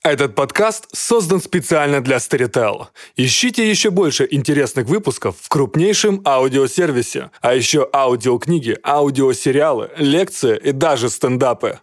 Этот подкаст создан специально для Storytel. Ищите еще больше интересных выпусков в крупнейшем аудиосервисе, а еще аудиокниги, аудиосериалы, лекции и даже стендапы.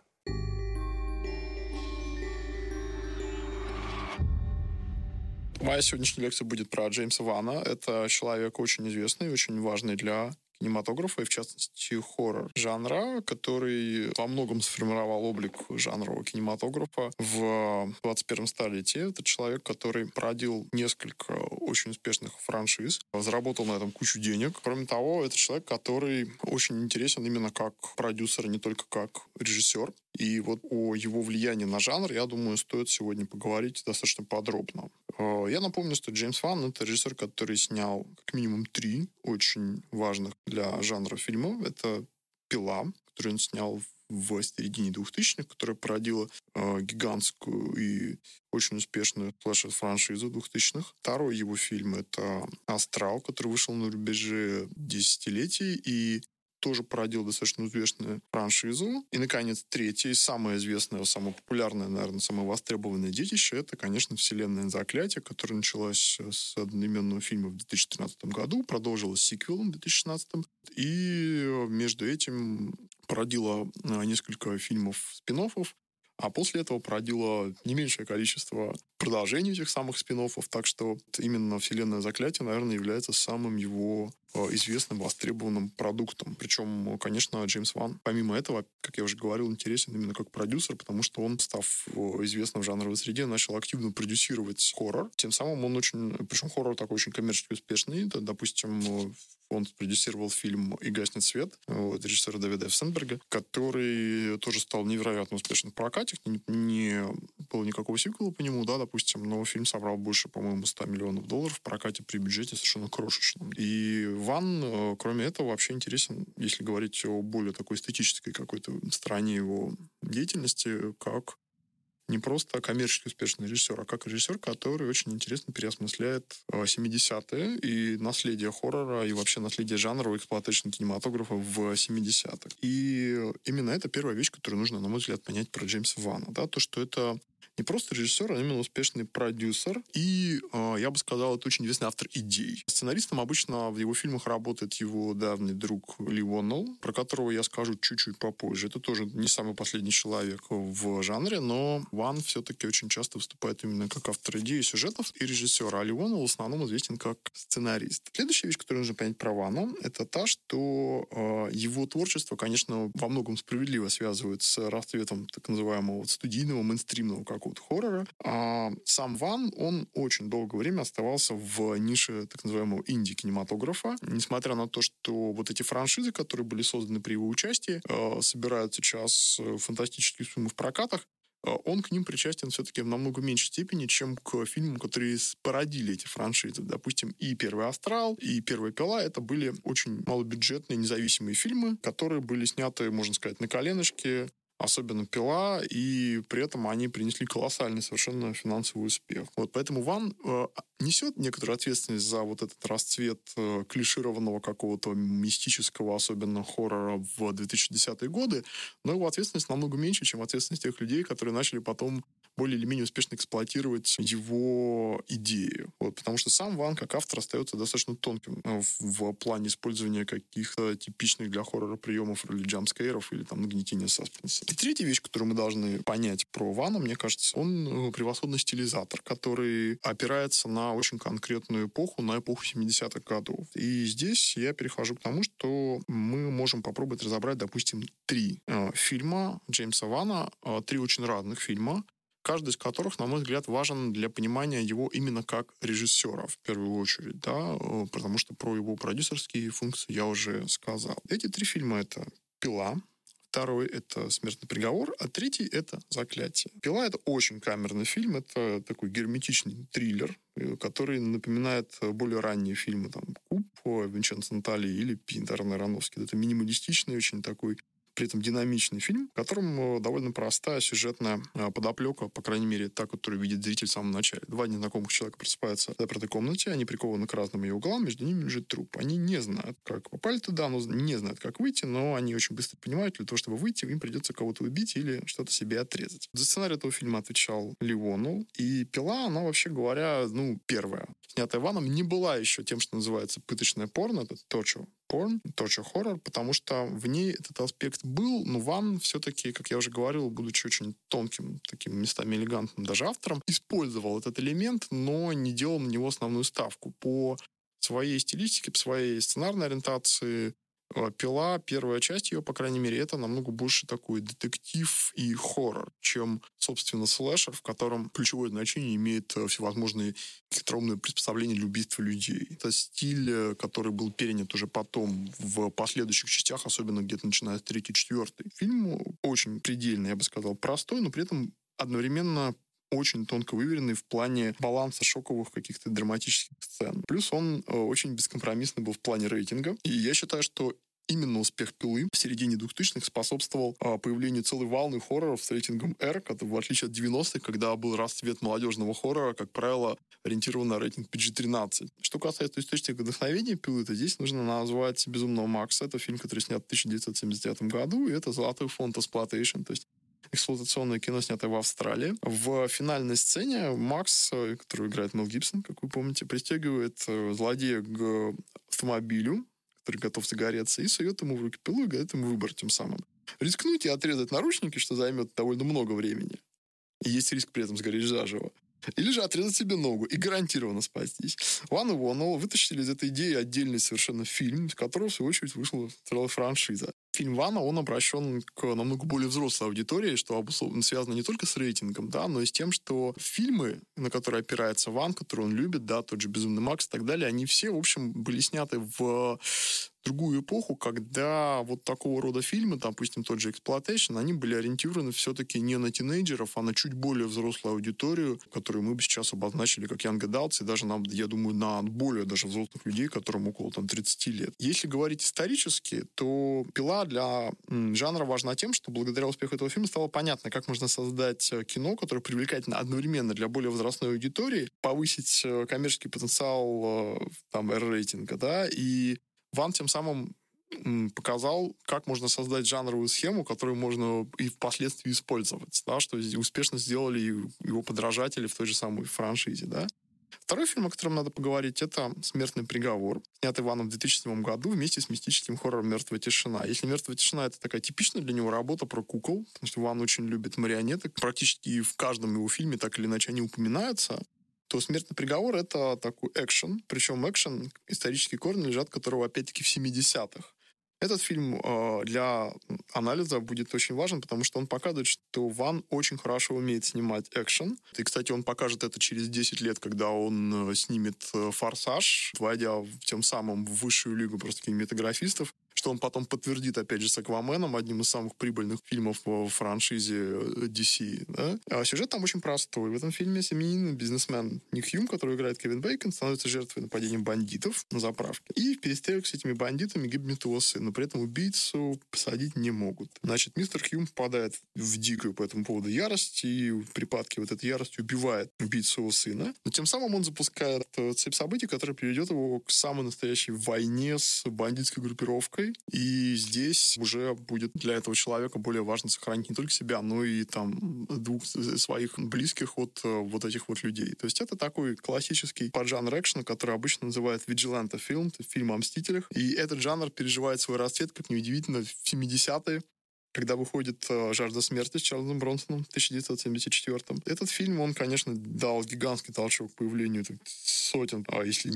Моя сегодняшняя лекция будет про Джеймса Вана. Это человек очень известный, очень важный для кинематографа, и в частности хоррор-жанра, который во многом сформировал облик жанрового кинематографа в 21 столетии. Это человек, который породил несколько очень успешных франшиз, заработал на этом кучу денег. Кроме того, это человек, который очень интересен именно как продюсер, не только как режиссер. И вот о его влиянии на жанр, я думаю, стоит сегодня поговорить достаточно подробно. Я напомню, что Джеймс Ван — это режиссер, который снял как минимум 3 очень важных для жанра фильма. Это «Пила», которую он снял в середине 2000-х, которая породила гигантскую и очень успешную слэшер-франшизу 2000-х. Второй его фильм — это «Астрал», который вышел на рубеже десятилетий и тоже породил достаточно успешную франшизу. И, наконец, третье, и самое известное, самое популярное, наверное, самое востребованное детище — это, конечно, «Вселенная Заклятие», которая началась с одноименного фильма в 2013 году, продолжилась сиквелом в 2016. И между этим породила несколько фильмов спин-оффов, а после этого породила не меньшее количество продолжений этих самых спин-оффов. Так что именно «Вселенная Заклятие», наверное, является самым его известным, востребованным продуктом. Причем, конечно, Джеймс Ван, помимо этого, как я уже говорил, интересен именно как продюсер, потому что он, став известным в жанровой среде, начал активно продюсировать хоррор. Тем самым он очень... Причем хоррор такой очень коммерчески успешный. Это, допустим, он продюсировал фильм «И гаснет свет» режиссера Дэвида Ф. Сэндберга, который тоже стал невероятно успешным в прокате. Не было никакого сиквела по нему, да, допустим, но фильм собрал больше, по-моему, $100 миллионов в прокате при бюджете совершенно крошечном. И Ван, кроме этого, вообще интересен, если говорить о более такой эстетической какой-то стороне его деятельности, как не просто коммерчески успешный режиссер, а как режиссер, который очень интересно переосмысляет 70-е и наследие хоррора, и вообще наследие жанрового эксплуатационного кинематографа в 70-х. И именно это первая вещь, которую нужно, на мой взгляд, понять про Джеймса Вана. Да? То, что это не просто режиссер, а именно успешный продюсер. И, я бы сказал, это очень известный автор идей. Сценаристом обычно в его фильмах работает его давний друг Ли Уоннелл, про которого я скажу чуть-чуть попозже. Это тоже не самый последний человек в жанре, но Ван все-таки очень часто выступает именно как автор идей и сюжетов и режиссер. А Ли Уоннелл в основном известен как сценарист. Следующая вещь, которую нужно понять про Вана, это та, что его творчество, конечно, во многом справедливо связывает с расцветом так называемого студийного, мейнстримного какого-то хоррора. А сам Ван, он очень долгое время оставался в нише так называемого инди-кинематографа. Несмотря на то, что вот эти франшизы, которые были созданы при его участии, собирают сейчас фантастические суммы в прокатах, он к ним причастен все-таки в намного меньшей степени, чем к фильмам, которые породили эти франшизы. Допустим, и первый «Астрал», и первая «Пила» — это были очень малобюджетные независимые фильмы, которые были сняты, можно сказать, на коленочке, особенно «Пила», и при этом они принесли колоссальный совершенно финансовый успех. Вот поэтому Ван несет некоторую ответственность за вот этот расцвет клишированного какого-то мистического, особенно хоррора в 2010-е годы, но его ответственность намного меньше, чем ответственность тех людей, которые начали потом более или менее успешно эксплуатировать его идеи. Вот, потому что сам Ван, как автор, остается достаточно тонким в плане использования каких-то типичных для хоррора приемов вроде джампскейров или там нагнетения саспенса. И третья вещь, которую мы должны понять про Вана, мне кажется, он превосходный стилизатор, который опирается на очень конкретную эпоху, на эпоху 70-х годов. И здесь я перехожу к тому, что мы можем попробовать разобрать, допустим, 3 фильма Джеймса Вана, 3 очень разных фильма, каждый из которых, на мой взгляд, важен для понимания его именно как режиссера, в первую очередь, да, потому что про его продюсерские функции я уже сказал. Эти 3 фильма — это «Пила», второй — это «Смертный приговор», а третий — это «Заклятие». «Пила» — это очень камерный фильм, это такой герметичный триллер, который напоминает более ранние фильмы, там, «Куб» Винченцо Натали или «Пинтер» Аронофски. Это минималистичный, очень такой при этом динамичный фильм, в котором довольно простая сюжетная подоплека, по крайней мере, та, которую видит зритель в самом начале. Два незнакомых человека просыпаются в запертой комнате, они прикованы к разным ее углам, между ними лежит труп. Они не знают, как попали туда, но не знают, как выйти, но они очень быстро понимают, для того, чтобы выйти, им придется кого-то убить или что-то себе отрезать. За сценарий этого фильма отвечал Ли Уоннелл, и «Пила», она, вообще говоря, первая, снятая Ваном, не была еще тем, что называется пыточное порно, это torture porn, torture horror, потому что в ней этот аспект был, но Ван все-таки, как я уже говорил, будучи очень тонким, таким местами элегантным даже автором, использовал этот элемент, но не делал на него основную ставку. По своей стилистике, по своей сценарной ориентации «Пила», первая часть ее, по крайней мере, это намного больше такой детектив и хоррор, чем, собственно, слэшер, в котором ключевое значение имеет всевозможные хитроумные приспособления для убийства людей. Это стиль, который был перенят уже потом в последующих частях, особенно где-то начиная с 3-4. Фильм очень предельно, я бы сказал, простой, но при этом одновременно очень тонко выверенный в плане баланса шоковых каких-то драматических сцен. Плюс он очень бескомпромиссный был в плане рейтинга. И я считаю, что именно успех «Пилы» в середине 2000-х способствовал появлению целой волны хорроров с рейтингом R, в отличие от 90-х, когда был расцвет молодежного хоррора, как правило, ориентирован на рейтинг PG-13. Что касается источника вдохновения «Пилы», то здесь нужно назвать «Безумного Макса». Это фильм, который снят в 1979 году, и это золотой фонд эксплуатейшн, то есть эксплуатационное кино, снятое в Австралии. В финальной сцене Макс, который играет Мел Гибсон, как вы помните, пристегивает злодея к автомобилю, который готов загореться, и сует ему в руки пилу и дает ему выбор тем самым. Рискнуть и отрезать наручники, что займет довольно много времени. И есть риск при этом сгореть заживо. Или же отрезать себе ногу и гарантированно спастись. Ван и Уоннелл вытащили из этой идеи отдельный совершенно фильм, из которого, в свою очередь, вышла целая франшиза. Фильм Вана, он обращен к намного более взрослой аудитории, что связано не только с рейтингом, да, но и с тем, что фильмы, на которые опирается Ван, которые он любит, да, тот же «Безумный Макс» и так далее, они все, в общем, были сняты в другую эпоху, когда вот такого рода фильмы, допустим, тот же «Эксплуатейшн», они были ориентированы все-таки не на тинейджеров, а на чуть более взрослую аудиторию, которую мы бы сейчас обозначили как young adults, и даже, я думаю, на более даже взрослых людей, которым около 30 лет. Если говорить исторически, то «Пила» для жанра важна тем, что благодаря успеху этого фильма стало понятно, как можно создать кино, которое привлекательно одновременно для более возрастной аудитории, повысить коммерческий потенциал R-рейтинга, да, и Ван тем самым показал, как можно создать жанровую схему, которую можно и впоследствии использовать, да, что успешно сделали его подражатели в той же самой франшизе, да. Второй фильм, о котором надо поговорить, это «Смертный приговор», снятый Ваном в 2007 году вместе с мистическим хоррором «Мертвая тишина». Если «Мертвая тишина» — это такая типичная для него работа про кукол, потому что Ван очень любит марионеток, практически в каждом его фильме так или иначе они упоминаются, то «Смертный приговор» — это такой экшен, причем экшен, исторические корни лежат которого опять-таки в 70-х. Этот фильм для анализа будет очень важен, потому что он показывает, что Ван очень хорошо умеет снимать экшен. И, кстати, он покажет это через 10 лет, когда он снимет «Форсаж», войдя тем самым в высшую лигу просто кинематографистов, что он потом подтвердит, опять же, с «Акваменом», одним из самых прибыльных фильмов в франшизе DC. Да? А сюжет там очень простой. В этом фильме семейный бизнесмен Ник Хьюм, который играет Кевин Бейкон, становится жертвой нападения бандитов на заправке. И в перестрелке с этими бандитами гибнет его сын. Но при этом убийцу посадить не могут. Значит, мистер Хьюм попадает в дикую по этому поводу ярость, и в припадке вот этой ярости убивает убийцу его сына. Но тем самым он запускает цепь событий, которая приведет его к самой настоящей войне с бандитской группировкой. И здесь уже будет для этого человека более важно сохранить не только себя, но и двух своих близких от вот этих вот людей. То есть это такой классический поджанр экшена, который обычно называют vigilante фильм, фильм о мстителях. И этот жанр переживает свой расцвет, как неудивительно, в 70-е, когда выходит «Жажда смерти» с Чарльзом Бронсоном в 1974-м. Этот фильм, он, конечно, дал гигантский толчок к появлению сотен,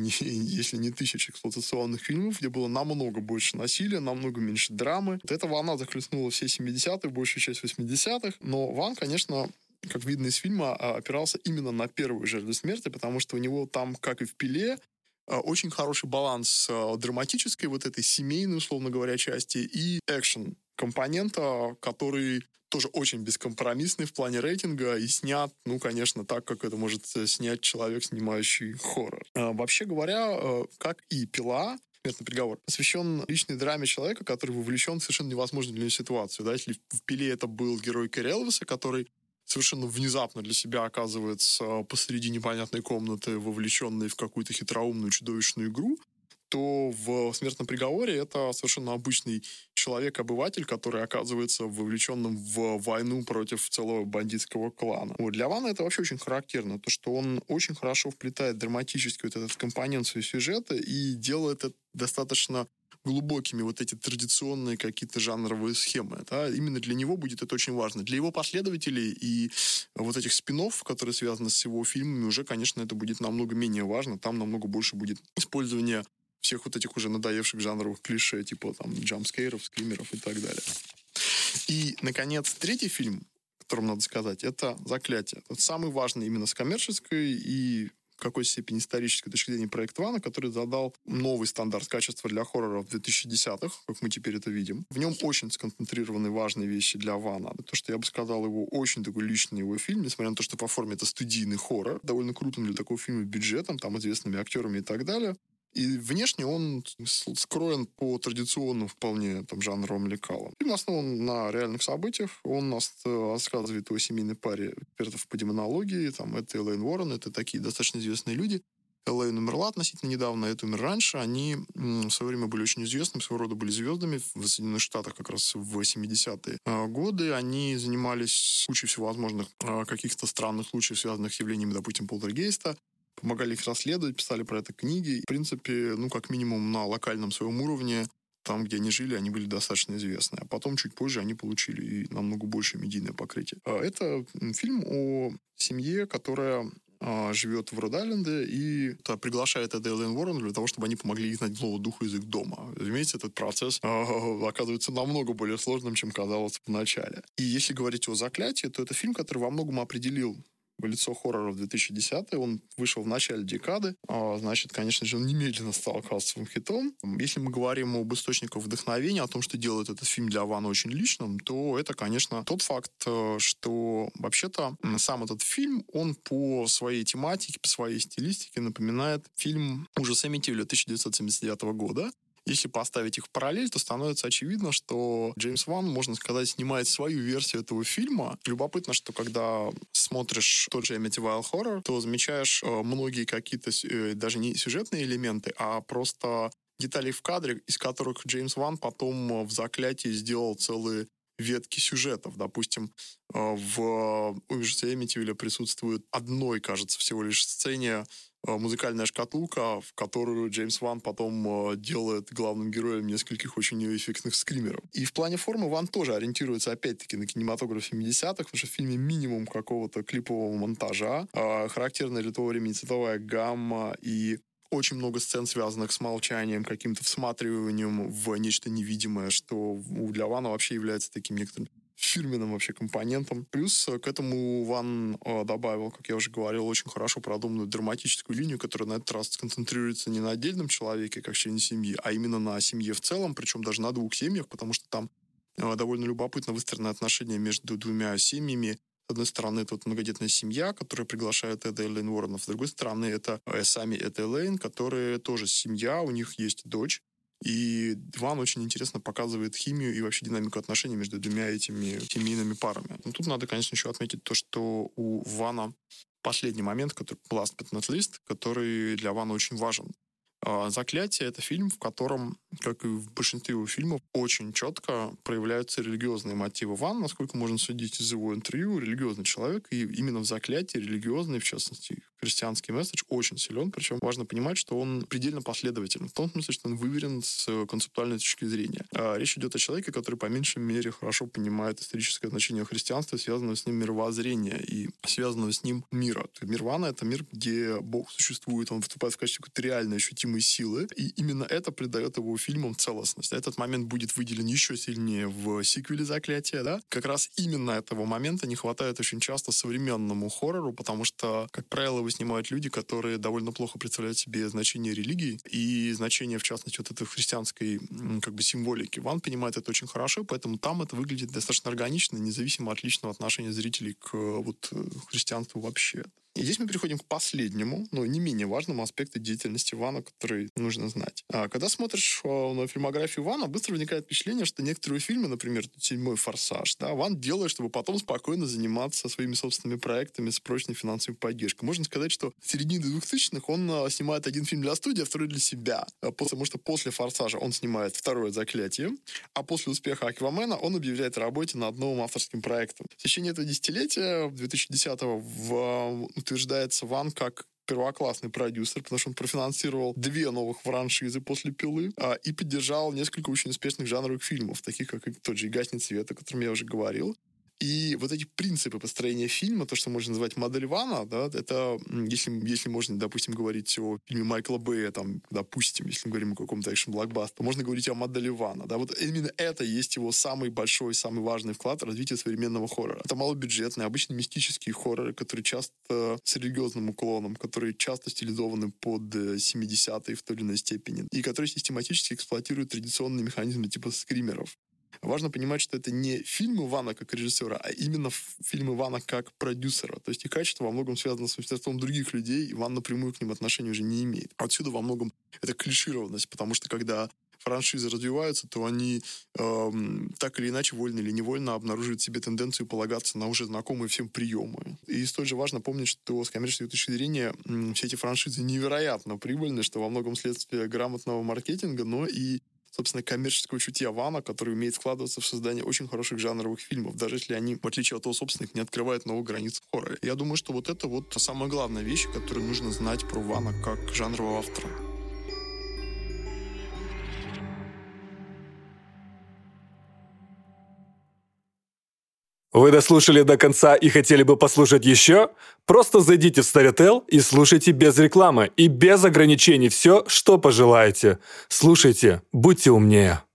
если не тысяч эксплуатационных фильмов, где было намного больше насилия, намного меньше драмы. Вот эта волна захлестнула все 70-е, большую часть 80-х. Но Ван, конечно, как видно из фильма, опирался именно на первую «Жажду смерти», потому что у него там, как и в «Пиле», очень хороший баланс драматической, вот этой семейной, условно говоря, части и экшен компонента, который тоже очень бескомпромиссный в плане рейтинга и снят, конечно, так, как это может снять человек, снимающий хоррор. Вообще говоря, как и «Пила», «Смертный приговор», посвящен личной драме человека, который вовлечен в совершенно невозможную для него ситуацию. Да? Если в «Пиле» это был герой Кэрри Элвиса, который совершенно внезапно для себя оказывается посреди непонятной комнаты, вовлеченный в какую-то хитроумную чудовищную игру, то в «Смертном приговоре» это совершенно обычный человек-обыватель, который оказывается вовлеченным в войну против целого бандитского клана. Вот. Для Вана это вообще очень характерно, то, что он очень хорошо вплетает драматический вот этот компонент в свои сюжеты и делает это достаточно глубокими вот эти традиционные какие-то жанровые схемы. Да? Именно для него будет это очень важно. Для его последователей и вот этих спин-офф, которые связаны с его фильмами, уже, конечно, это будет намного менее важно. Там намного больше будет использование всех вот этих уже надоевших жанровых клише, типа там джампскейров, скримеров и так далее. И, наконец, третий фильм, о котором надо сказать, это «Заклятие». Это самый важный именно с коммерческой и в какой-то степени исторической точки зрения проект Вана, который задал новый стандарт качества для хоррора в 2010-х, как мы теперь это видим. В нем очень сконцентрированы важные вещи для Вана. То, что я бы сказал, его очень такой личный его фильм, несмотря на то, что по форме это студийный хоррор, довольно крупным для такого фильма бюджетом, там известными актерами и так далее. И внешне он скроен по традиционным вполне там, жанровым лекалам. Фильм основан на реальных событиях. Он рассказывает о семейной паре экспертов по демонологии. Там, это Элейн Уоррен, это такие достаточно известные люди. Элейн умерла относительно недавно, это умер раньше. Они в свое время были очень известными, своего рода были звездами в Соединенных Штатах как раз в 70-е годы. Они занимались кучей всевозможных каких-то странных случаев, связанных с явлениями, допустим, полтергейста. Помогали их расследовать, писали про это книги. И, в принципе, как минимум на локальном своем уровне, там, где они жили, они были достаточно известны. А потом, чуть позже, они получили и намного большее медийное покрытие. Это фильм о семье, которая живет в Род-Айленде и приглашает Эда и Элейн Уоррен для того, чтобы они помогли изгнать злого духа из их дома. Разумеется, этот процесс оказывается намного более сложным, чем казалось вначале. И если говорить о «Заклятии», то это фильм, который во многом определил лицо хоррора в 2010-е. Он вышел в начале декады. Значит, конечно же, он немедленно стал кассовым хитом. Если мы говорим об источниках вдохновения, о том, что делает этот фильм для Вана очень личным, то это, конечно, тот факт, что вообще-то сам этот фильм, он по своей тематике, по своей стилистике напоминает фильм «Ужас Амитивилля» 1979 года. Если поставить их в параллель, то становится очевидно, что Джеймс Ван, можно сказать, снимает свою версию этого фильма. Любопытно, что когда смотришь тот же Amityville Horror, то замечаешь многие какие-то даже не сюжетные элементы, а просто детали в кадре, из которых Джеймс Ван потом в «Заклятии» сделал целые ветки сюжетов. Допустим, в «Ужасе Амитивилля» присутствует одной, кажется, всего лишь сцене музыкальная шкатулка, в которую Джеймс Ван потом делает главным героем нескольких очень эффектных скримеров. И в плане формы Ван тоже ориентируется опять-таки на кинематограф 70-х, потому что в фильме минимум какого-то клипового монтажа, характерная для того времени цветовая гамма и очень много сцен, связанных с молчанием, каким-то всматриванием в нечто невидимое, что для Вана вообще является таким некоторым фирменным вообще компонентом. Плюс к этому Ван добавил, как я уже говорил, очень хорошо продуманную драматическую линию, которая на этот раз сконцентрируется не на отдельном человеке, как члене семьи, а именно на семье в целом, причем даже на двух семьях, потому что там довольно любопытно выстроены отношения между двумя семьями. С одной стороны, это вот многодетная семья, которая приглашает Эда и Элейн Уорренов. С другой стороны, это сами Эд и Элейн, которые тоже семья, у них есть дочь. И Ван очень интересно показывает химию и вообще динамику отношений между двумя этими семейными парами. Но тут надо, конечно, еще отметить то, что у Вана последний момент, который last but not least, который для Вана очень важен. «Заклятие» — это фильм, в котором, как и в большинстве его фильмов, очень четко проявляются религиозные мотивы. Ван, насколько можно судить из его интервью, религиозный человек, и именно в «Заклятии» религиозный, в частности, христианский месседж очень силен, причем важно понимать, что он предельно последователен, в том смысле, что он выверен с концептуальной точки зрения. Речь идет о человеке, который по меньшей мере хорошо понимает историческое значение христианства, связанного с ним мировоззрения и связанного с ним мира. Мир Вана — это мир, где Бог существует, он выступает в качестве какой-то реальной, ощутимой силы, и именно это придает его фильмам целостность. Этот момент будет выделен еще сильнее в сиквеле «Заклятия», да? Как раз именно этого момента не хватает очень часто современному хоррору, потому что, как правило, его снимают люди, которые довольно плохо представляют себе значение религии и значение, в частности, вот этой христианской как бы символики. Ван понимает это очень хорошо, поэтому там это выглядит достаточно органично, независимо от личного отношения зрителей к вот христианству вообще. И здесь мы переходим к последнему, но не менее важному аспекту деятельности Вана, который нужно знать. Когда смотришь на фильмографию Вана, быстро возникает впечатление, что некоторые фильмы, например, «Седьмой форсаж», да, Ван делает, чтобы потом спокойно заниматься своими собственными проектами с прочной финансовой поддержкой. Можно сказать, что в середине 2000-х он снимает один фильм для студии, а второй для себя. Потому что после «Форсажа» он снимает «Второе заклятие», а после успеха «Аквамена» он объявляет о работе над новым авторским проектом. В течение этого десятилетия, 2010-го, утверждается Ван как первоклассный продюсер, потому что он профинансировал 2 новых франшизы после «Пилы» и поддержал несколько очень успешных жанровых фильмов, таких как тот же «И гаснет свет», о котором я уже говорил. И вот эти принципы построения фильма, то, что можно назвать модель Вана, да, это, если можно, допустим, говорить о фильме Майкла Бэя, там, допустим, если мы говорим о каком-то экшн-блокбастере, можно говорить о модели Вана. Да, вот именно это есть его самый большой, самый важный вклад в развитие современного хоррора. Это малобюджетные, обычно мистические хорроры, которые часто с религиозным уклоном, которые часто стилизованы под 70-е в той или иной степени, и которые систематически эксплуатируют традиционные механизмы типа скримеров. Важно понимать, что это не фильмы Вана как режиссера, а именно фильмы Вана как продюсера. То есть их качество во многом связано с мастерством других людей, и Ван напрямую к ним отношения уже не имеет. Отсюда во многом это клишированность, потому что когда франшизы развиваются, то они так или иначе, вольно или невольно, обнаруживают в себе тенденцию полагаться на уже знакомые всем приемы. И столь же важно помнить, что с коммерческой точки зрения все эти франшизы невероятно прибыльны, что во многом следствие грамотного маркетинга, но и собственно, коммерческого чутья Вана, который умеет складываться в создание очень хороших жанровых фильмов, даже если они, в отличие от его собственных, не открывают новых границ в хорроре. Я думаю, что вот это вот самая главная вещь, которую нужно знать про Вана как жанрового автора. Вы дослушали до конца и хотели бы послушать еще? Просто зайдите в Storytel и слушайте без рекламы и без ограничений все, что пожелаете. Слушайте, будьте умнее.